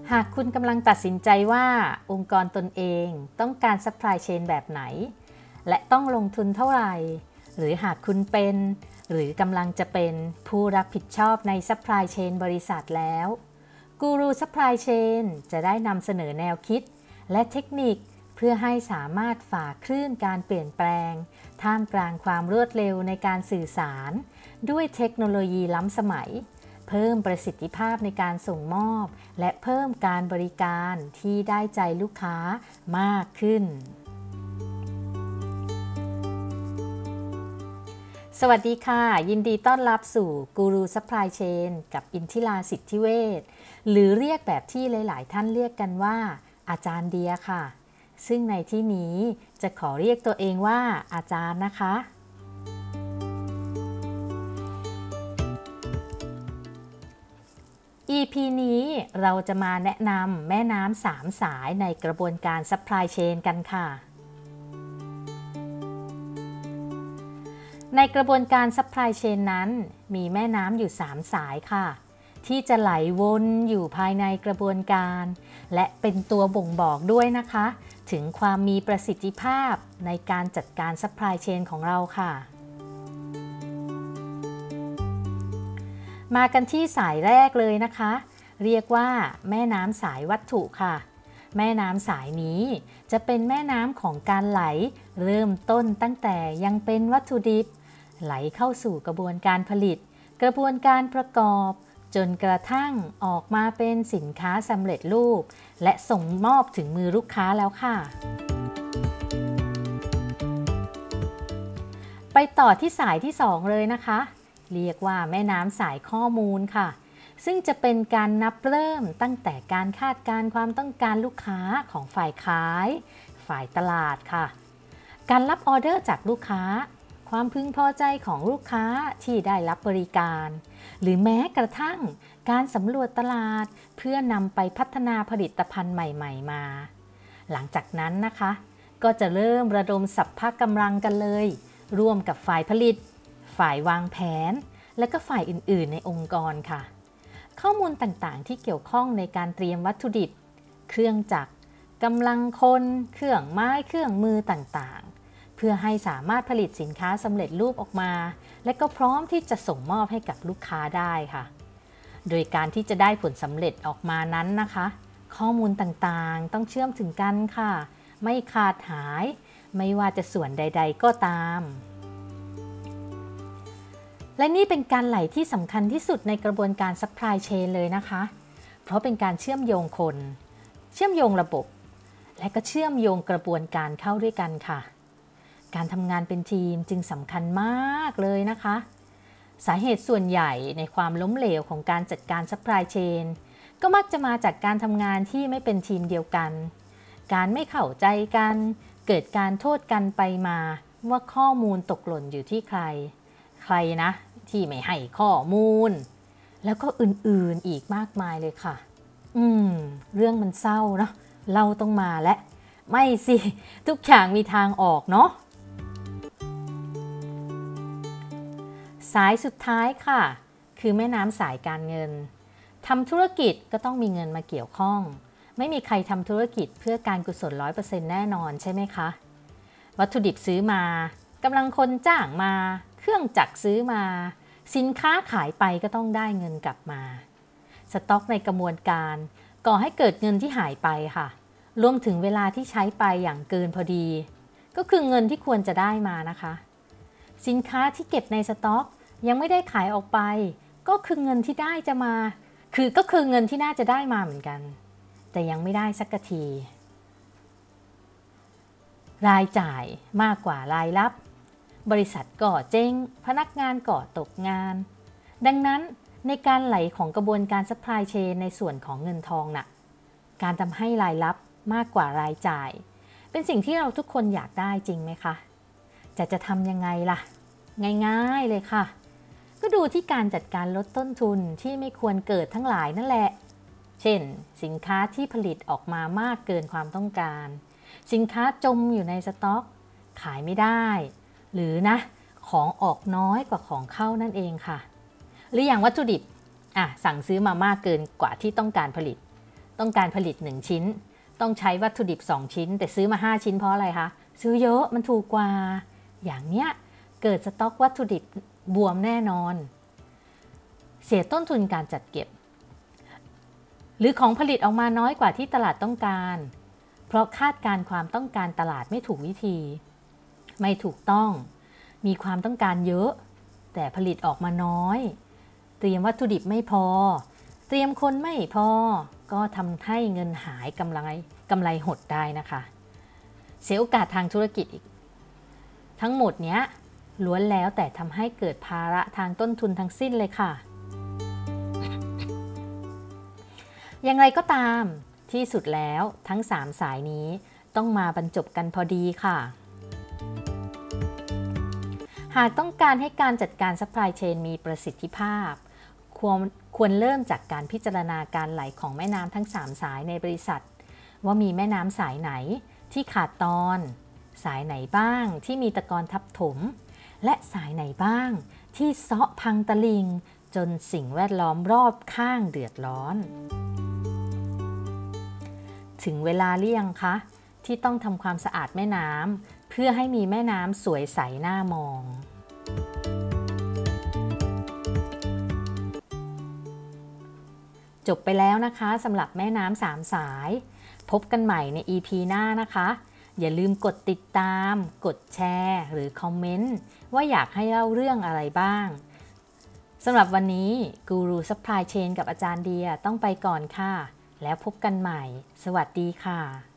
หากคุณกำลังตัดสินใจว่าองค์กรตนเองต้องการ supply chain แบบไหนและต้องลงทุนเท่าไหร่หรือหากคุณเป็นหรือกำลังจะเป็นผู้รับผิดชอบใน supply chain บริษัทแล้วกูรู supply chain จะได้นำเสนอแนวคิดและเทคนิคเพื่อให้สามารถฝ่าคลื่นการเปลี่ยนแปลงท่ามกลางความรวดเร็วในการสื่อสารด้วยเทคโนโลยีล้ำสมัยเพิ่มประสิทธิภาพในการส่งมอบและเพิ่มการบริการที่ได้ใจลูกค้ามากขึ้นสวัสดีค่ะยินดีต้อนรับสู่กูรูซัพพลายเชนกับอินทิราสิทธิเวชหรือเรียกแบบที่หลายๆท่านเรียกกันว่าอาจารย์เดียค่ะซึ่งในที่นี้จะขอเรียกตัวเองว่าอาจารย์นะคะ EP นี้เราจะมาแนะนำแม่น้ำ3 สายในกระบวนการ Supply Chain กันค่ะในกระบวนการ Supply Chain นั้นมีแม่น้ำอยู่3 สายค่ะที่จะไหลวนอยู่ภายในกระบวนการและเป็นตัวบ่งบอกด้วยนะคะถึงความมีประสิทธิภาพในการจัดการ Supply Chain ของเราค่ะมากันที่สายแรกเลยนะคะเรียกว่าแม่น้ำสายวัตถุค่ะแม่น้ำสายนี้จะเป็นแม่น้ำของการไหลเริ่มต้นตั้งแต่ยังเป็นวัตถุดิบไหลเข้าสู่กระบวนการผลิตกระบวนการประกอบจนกระทั่งออกมาเป็นสินค้าสำเร็จรูปและส่งมอบถึงมือลูกค้าแล้วค่ะไปต่อที่สายที่2เลยนะคะเรียกว่าแม่น้ำสายข้อมูลค่ะซึ่งจะเป็นการนับเริ่มตั้งแต่การคาดการณ์ความต้องการลูกค้าของฝ่ายขายฝ่ายตลาดค่ะการรับออเดอร์จากลูกค้าความพึงพอใจของลูกค้าที่ได้รับบริการหรือแม้กระทั่งการสำรวจตลาดเพื่อนำไปพัฒนาผลิตภัณฑ์ใหม่ๆมาหลังจากนั้นนะคะก็จะเริ่มระดมสรรพกำลังกันเลยร่วมกับฝ่ายผลิตฝ่ายวางแผนและก็ฝ่ายอื่นๆในองค์กรค่ะข้อมูลต่างๆที่เกี่ยวข้องในการเตรียมวัตถุดิบเครื่องจักรกำลังคนเครื่องไม้เครื่องมือต่างๆเพื่อให้สามารถผลิตสินค้าสำเร็จรูปออกมาและก็พร้อมที่จะส่งมอบให้กับลูกค้าได้ค่ะโดยการที่จะได้ผลสำเร็จออกมานั้นนะคะข้อมูลต่างๆต้องเชื่อมถึงกันค่ะไม่ขาดหายไม่ว่าจะส่วนใดๆก็ตามและนี่เป็นการไหลที่สำคัญที่สุดในกระบวนการ Supply Chain เลยนะคะเพราะเป็นการเชื่อมโยงคนเชื่อมโยงระบบและก็เชื่อมโยงกระบวนการเข้าด้วยกันค่ะการทำงานเป็นทีมจึงสำคัญมากเลยนะคะสาเหตุส่วนใหญ่ในความล้มเหลวของการจัดการ Supply Chain ก็มักจะมาจากการทำงานที่ไม่เป็นทีมเดียวกันการไม่เข้าใจกันเกิดการโทษกันไปมาว่าข้อมูลตกหล่นอยู่ที่ใครนะที่ไม่ให้ข้อมูลแล้วก็อื่นๆอีกมากมายเลยค่ะเรื่องมันเศร้าเนาะเราต้องมาและไม่สิทุกอย่างมีทางออกเนาะสายสุดท้ายค่ะคือแม่น้ำสายการเงินทำธุรกิจก็ต้องมีเงินมาเกี่ยวข้องไม่มีใครทำธุรกิจเพื่อการกุศล 100% แน่นอนใช่ไหมคะวัตถุดิบซื้อมากำลังคนจ้างมาเครื่องจักรซื้อมาสินค้าขายไปก็ต้องได้เงินกลับมาสต็อกในกระบวนการก่อให้เกิดเงินที่หายไปค่ะรวมถึงเวลาที่ใช้ไปอย่างเกินพอดีก็คือเงินที่ควรจะได้มานะคะสินค้าที่เก็บในสต็อกยังไม่ได้ขายออกไปก็คือเงินที่ได้จะมาก็คือเงินที่น่าจะได้มาเหมือนกันแต่ยังไม่ได้สักทีรายจ่ายมากกว่ารายรับบริษัทก็เจ๊งพนักงานก็ตกงานดังนั้นในการไหลของกระบวนการ Supply Chain ในส่วนของเงินทองน่ะการทำให้รายรับมากกว่ารายจ่ายเป็นสิ่งที่เราทุกคนอยากได้จริงไหมคะจะทำยังไงล่ะง่ายๆเลยค่ะก็ดูที่การจัดการลดต้นทุนที่ไม่ควรเกิดทั้งหลายนั่นแหละเช่นสินค้าที่ผลิตออกมามากเกินความต้องการสินค้าจมอยู่ในสต็อกขายไม่ได้หรือนะของออกน้อยกว่าของเข้านั่นเองค่ะหรืออย่างวัตถุดิบสั่งซื้อมามากเกินกว่าที่ต้องการผลิตต้องการผลิต1ชิ้นต้องใช้วัตถุดิบ2ชิ้นแต่ซื้อมา5ชิ้นเพราะอะไรคะซื้อเยอะมันถูกกว่าอย่างเนี้ยเกิดสต็อกวัตถุดิบบวมแน่นอนเสียต้นทุนการจัดเก็บหรือของผลิตออกมาน้อยกว่าที่ตลาดต้องการเพราะคาดการณ์ความต้องการตลาดไม่ถูกวิธีไม่ถูกต้องมีความต้องการเยอะแต่ผลิตออกมาน้อยเตรียมวัตถุดิบไม่พอเตรียมคนไม่พอก็ทำให้เงินหายกำไรหดได้นะคะเสียโอกาสทางธุรกิจอีกทั้งหมดเนี้ยล้วนแล้วแต่ทำให้เกิดภาระทางต้นทุนทั้งสิ้นเลยค่ะอย่างไรก็ตามที่สุดแล้วทั้ง3สายนี้ต้องมาบรรจบกันพอดีค่ะหากต้องการให้การจัดการซัพพลายเชนมีประสิทธิภาพควรเริ่มจากการพิจารณาการไหลของแม่น้ำทั้ง3สายในบริษัทว่ามีแม่น้ำสายไหนที่ขาดตอนสายไหนบ้างที่มีตะกอนทับถมและสายไหนบ้างที่เซาะพังตลิ่งจนสิ่งแวดล้อมรอบข้างเดือดร้อนถึงเวลาหรือยังคะที่ต้องทำความสะอาดแม่น้ำเพื่อให้มีแม่น้ำสวยใสน่ามองจบไปแล้วนะคะสำหรับแม่น้ำ3สายพบกันใหม่ใน EP หน้านะคะอย่าลืมกดติดตามกดแชร์หรือคอมเมนต์ว่าอยากให้เล่าเรื่องอะไรบ้างสำหรับวันนี้กูรูซัพพลายเชนกับอาจารย์เดียต้องไปก่อนค่ะแล้วพบกันใหม่สวัสดีค่ะ